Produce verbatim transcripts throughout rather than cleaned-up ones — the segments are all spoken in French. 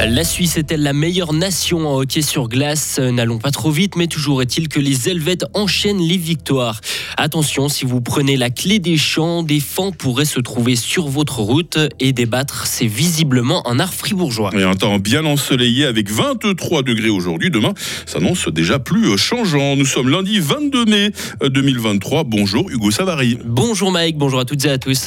La Suisse est-elle la meilleure nation en hockey sur glace ? N'allons pas trop vite, mais toujours est-il que les Helvètes enchaînent les victoires. Attention, si vous prenez la clé des champs, des fans pourraient se trouver sur votre route et débattre. C'est visiblement un art fribourgeois. Et un temps bien ensoleillé avec vingt-trois degrés aujourd'hui. Demain s'annonce déjà plus changeant. Nous sommes lundi vingt-deux mai deux mille vingt-trois. Bonjour Hugo Savary. Bonjour Mike, bonjour à toutes et à tous.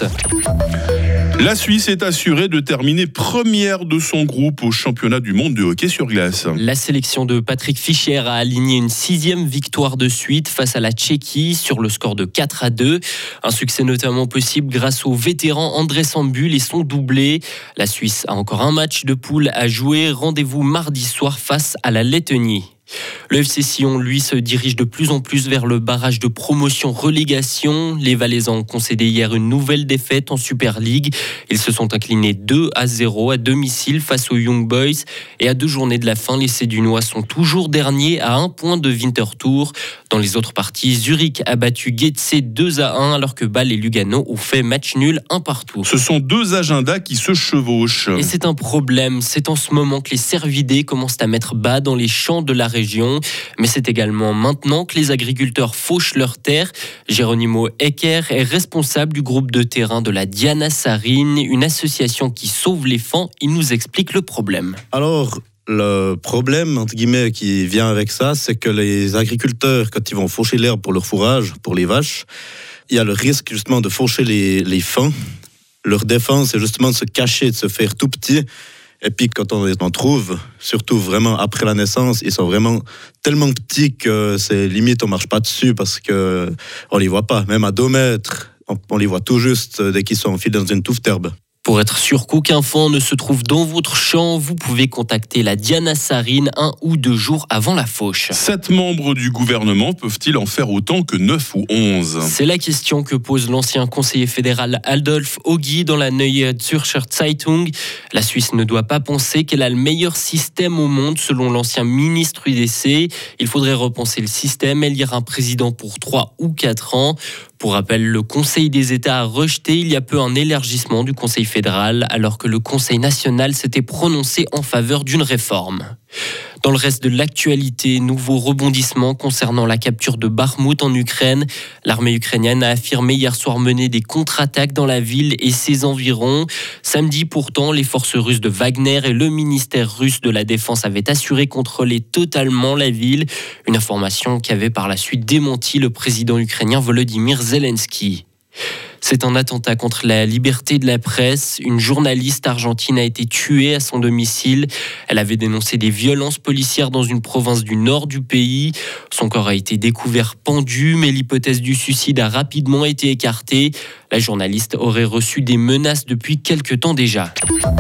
La Suisse est assurée de terminer première de son groupe au championnat du monde de hockey sur glace. La sélection de Patrick Fischer a aligné une sixième victoire de suite face à la Tchéquie sur le score de quatre à deux. Un succès notamment possible grâce au vétéran André Sambul et son doublé. La Suisse a encore un match de poule à jouer. Rendez-vous mardi soir face à la Lettonie. Le F C Sion, lui, se dirige de plus en plus vers le barrage de promotion-relégation. Les Valaisans ont concédé hier une nouvelle défaite en Super League. Ils se sont inclinés deux à zéro à domicile face aux Young Boys. Et à deux journées de la fin, les Sédunois sont toujours derniers à un point de Winterthur. Dans les autres parties, Zurich a battu Getse deux à un alors que Bâle et Lugano ont fait match nul un partout. Ce sont deux agendas qui se chevauchent. Et c'est un problème. C'est en ce moment que les cervidés commencent à mettre bas dans les champs de la région. Mais c'est également maintenant que les agriculteurs fauchent leurs terres. Geronimo Ecker est responsable du groupe de terrain de la Diana Sarine, une association qui sauve les fans. Il nous explique le problème. Alors, le problème, entre guillemets, qui vient avec ça, c'est que les agriculteurs, quand ils vont faucher l'herbe pour leur fourrage, pour les vaches, il y a le risque justement de faucher les, les fans. Leur défense, c'est justement de se cacher, de se faire tout petit. Et puis quand on les en trouve, surtout vraiment après la naissance, ils sont vraiment tellement petits que c'est limite on marche pas dessus parce que on les voit pas. Même à deux mètres, on, on les voit tout juste dès qu'ils sont enfilés dans une touffe d'herbe. Pour être sûr qu'aucun fan ne se trouve dans votre champ, vous pouvez contacter la Diana Sarine un ou deux jours avant la fauche. Sept membres du gouvernement peuvent-ils en faire autant que neuf ou onze ? C'est la question que pose l'ancien conseiller fédéral Adolf Ogi dans la Neue Zürcher Zeitung. La Suisse ne doit pas penser qu'elle a le meilleur système au monde selon l'ancien ministre U D C. Il faudrait repenser le système, élire un président pour trois ou quatre ans. Pour rappel, le Conseil des États a rejeté il y a peu un élargissement du Conseil fédéral, alors que le Conseil national s'était prononcé en faveur d'une réforme. Dans le reste de l'actualité, nouveau rebondissement concernant la capture de Bakhmout en Ukraine. L'armée ukrainienne a affirmé hier soir mener des contre-attaques dans la ville et ses environs. Samedi, pourtant, les forces russes de Wagner et le ministère russe de la Défense avaient assuré contrôler totalement la ville. Une information qu'avait par la suite démenti le président ukrainien Volodymyr Zelensky. C'est un attentat contre la liberté de la presse. Une journaliste argentine a été tuée à son domicile. Elle avait dénoncé des violences policières dans une province du nord du pays. Son corps a été découvert pendu, mais l'hypothèse du suicide a rapidement été écartée. La journaliste aurait reçu des menaces depuis quelque temps déjà.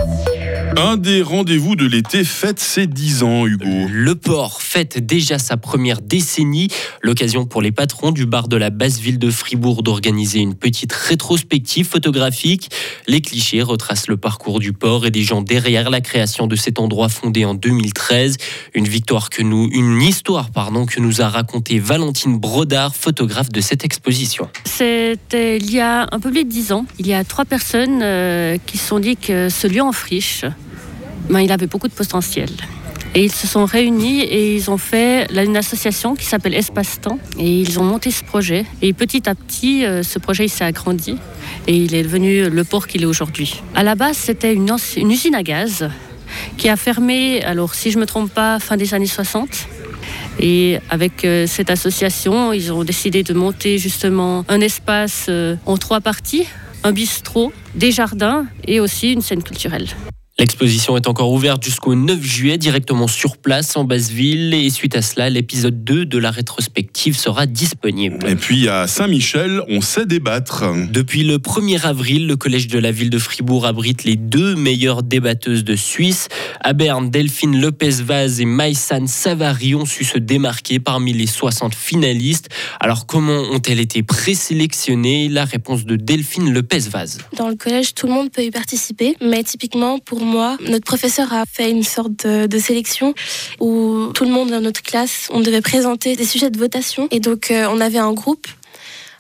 Un des rendez-vous de l'été fête ses dix ans, Hugo. Le port fête déjà sa première décennie. L'occasion pour les patrons du bar de la basse ville de Fribourg d'organiser une petite rétrospective photographique. Les clichés retracent le parcours du port et des gens derrière la création de cet endroit fondé en deux mille treize. Une victoire que nous, une histoire pardon, que nous a racontée Valentine Brodard, photographe de cette exposition. C'était il y a un peu plus de dix ans. Il y a trois personnes euh, qui se sont dit que ce lieu en friche, ben, il avait beaucoup de potentiel. Et ils se sont réunis et ils ont fait là, une association qui s'appelle Espace-Temps. Et ils ont monté ce projet. Et petit à petit, euh, ce projet il s'est agrandi. Et il est devenu le port qu'il est aujourd'hui. À la base, c'était une, une usine à gaz qui a fermé, alors si je ne me trompe pas, fin des années soixante. Et avec euh, cette association, ils ont décidé de monter justement un espace euh, en trois parties. Un bistrot, des jardins et aussi une scène culturelle. L'exposition est encore ouverte jusqu'au neuf juillet, directement sur place en Basse-Ville. Et suite à cela, l'épisode deux de la rétrospective sera disponible. Et puis à Saint-Michel, on sait débattre. Depuis le premier avril, le collège de la ville de Fribourg abrite les deux meilleures débatteuses de Suisse. À Berne, Delphine Lopez-Vaz et Maïsan Savary ont su se démarquer parmi les soixante finalistes. Alors comment ont-elles été présélectionnées ? La réponse de Delphine Lopez-Vaz. Dans le collège, tout le monde peut y participer, mais typiquement pour moi, notre professeur a fait une sorte de, de sélection où tout le monde dans notre classe, on devait présenter des sujets de votation. Et donc, euh, on avait un groupe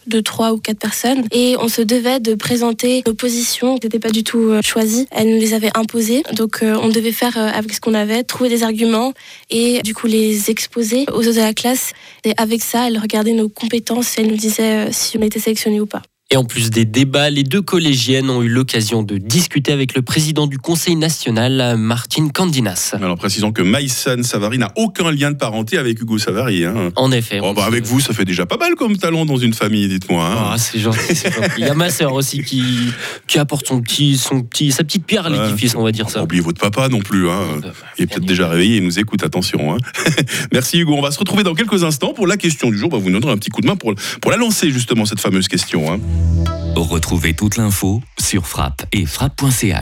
de trois ou quatre personnes. Et on se devait de présenter nos positions qui n'étaient pas du tout choisies. Elle nous les avait imposées. Donc on devait faire avec ce qu'on avait, trouver des arguments et du coup les exposer aux autres de la classe. Et avec ça, elle regardait nos compétences et elle nous disait si on était sélectionné ou pas. Et en plus des débats, les deux collégiennes ont eu l'occasion de discuter avec le président du Conseil national, Martine Candinas. Alors précisons que Maïsan Savary n'a aucun lien de parenté avec Hugo Savary. Hein. En effet. Oh, bah avec vous, ça fait déjà pas mal comme talent dans une famille, dites-moi. Hein. Oh, c'est gentil, c'est gentil. Il y a ma sœur aussi qui, qui apporte son petit, son petit, sa petite pierre à l'édifice, ouais. On va dire ça. Oubliez votre papa non plus. Hein. Euh, il est peut-être déjà réveillé, il nous écoute, attention. Hein. Merci Hugo, on va se retrouver dans quelques instants pour la question du jour. Bah, vous nous donnerez un petit coup de main pour, pour la lancer justement, cette fameuse question. Hein. Retrouvez toute l'info sur Frappe et frappe point c h.